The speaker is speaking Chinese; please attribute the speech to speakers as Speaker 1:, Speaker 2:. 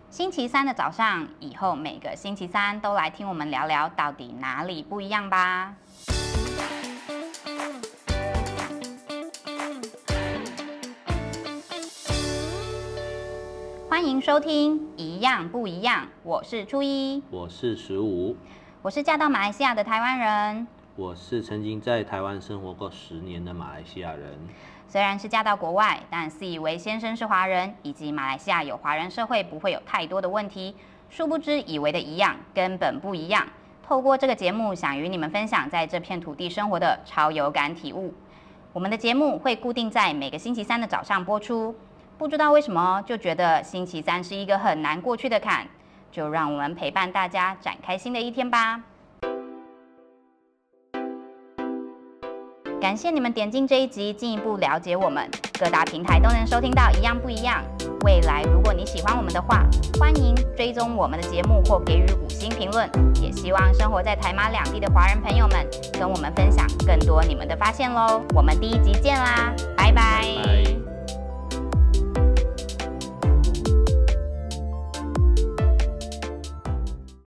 Speaker 1: 星期三的早上，以后每个星期三都来听我们聊聊到底哪里不一样吧。欢迎收听一样不一样，我是初一，
Speaker 2: 我是15，
Speaker 1: 我是嫁到马来西亚的台湾人，
Speaker 2: 我是曾经在台湾生活过10年的马来西亚人。
Speaker 1: 虽然是嫁到国外，但自以为先生是华人，以及马来西亚有华人社会不会有太多的问题，殊不知以为的一样，根本不一样。透过这个节目，想与你们分享在这片土地生活的超有感体悟。我们的节目会固定在每个星期三的早上播出。不知道为什么就觉得星期三是一个很难过去的坎，就让我们陪伴大家展开新的一天吧。感谢你们点进这一集，进一步了解我们。各大平台都能收听到一样不一样。未来如果你喜欢我们的话，欢迎追踪我们的节目或给予5星评论。也希望生活在台马两地的华人朋友们跟我们分享更多你们的发现咯。我们第一集见啦，拜拜。